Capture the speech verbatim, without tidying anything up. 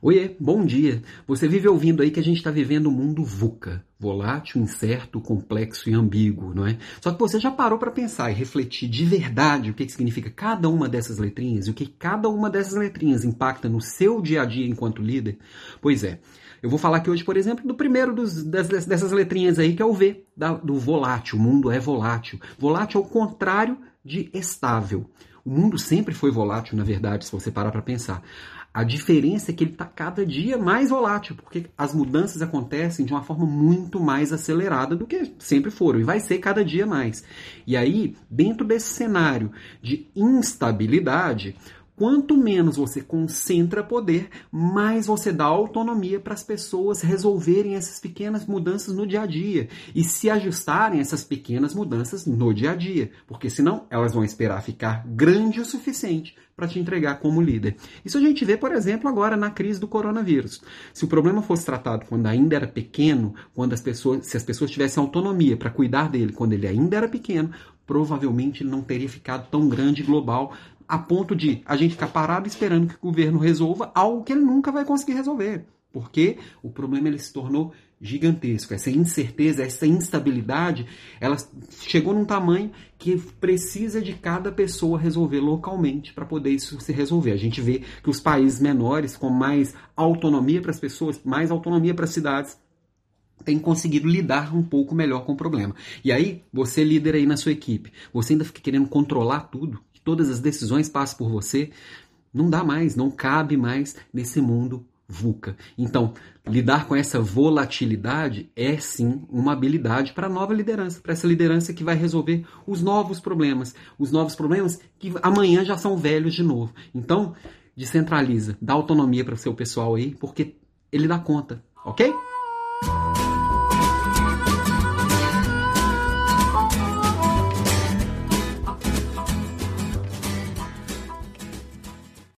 Oiê, bom dia. Você vive ouvindo aí que a gente está vivendo um mundo VUCA, volátil, incerto, complexo e ambíguo, não é? Só que você já parou para pensar e refletir de verdade o que, que significa cada uma dessas letrinhas e o que cada uma dessas letrinhas impacta no seu dia a dia enquanto líder? Pois é, eu vou falar aqui hoje, por exemplo, do primeiro dos, das, dessas letrinhas aí, que é o V, da, do volátil. O mundo é volátil. Volátil é o contrário de estável. O mundo sempre foi volátil, na verdade, se você parar para pensar. A diferença é que ele está cada dia mais volátil, porque as mudanças acontecem de uma forma muito mais acelerada do que sempre foram, e vai ser cada dia mais. E aí, dentro desse cenário de instabilidade, quanto menos você concentra poder, mais você dá autonomia para as pessoas resolverem essas pequenas mudanças no dia a dia e se ajustarem a essas pequenas mudanças no dia a dia, porque senão elas vão esperar ficar grande o suficiente para te entregar como líder. Isso a gente vê, por exemplo, agora na crise do coronavírus. Se o problema fosse tratado quando ainda era pequeno, quando as pessoas, se as pessoas tivessem autonomia para cuidar dele quando ele ainda era pequeno, provavelmente ele não teria ficado tão grande e global a ponto de a gente ficar parado esperando que o governo resolva algo que ele nunca vai conseguir resolver. Porque o problema ele se tornou gigantesco. Essa incerteza, essa instabilidade, ela chegou num tamanho que precisa de cada pessoa resolver localmente para poder isso se resolver. A gente vê que os países menores, com mais autonomia para as pessoas, mais autonomia para as cidades, tem conseguido lidar um pouco melhor com o problema. E aí, você líder aí na sua equipe, você ainda fica querendo controlar tudo, que todas as decisões passem por você, não dá mais, não cabe mais nesse mundo VUCA. Então, lidar com essa volatilidade é sim uma habilidade para a nova liderança, para essa liderança que vai resolver os novos problemas, os novos problemas que amanhã já são velhos de novo. Então, descentraliza, dá autonomia para o seu pessoal aí, porque ele dá conta, ok?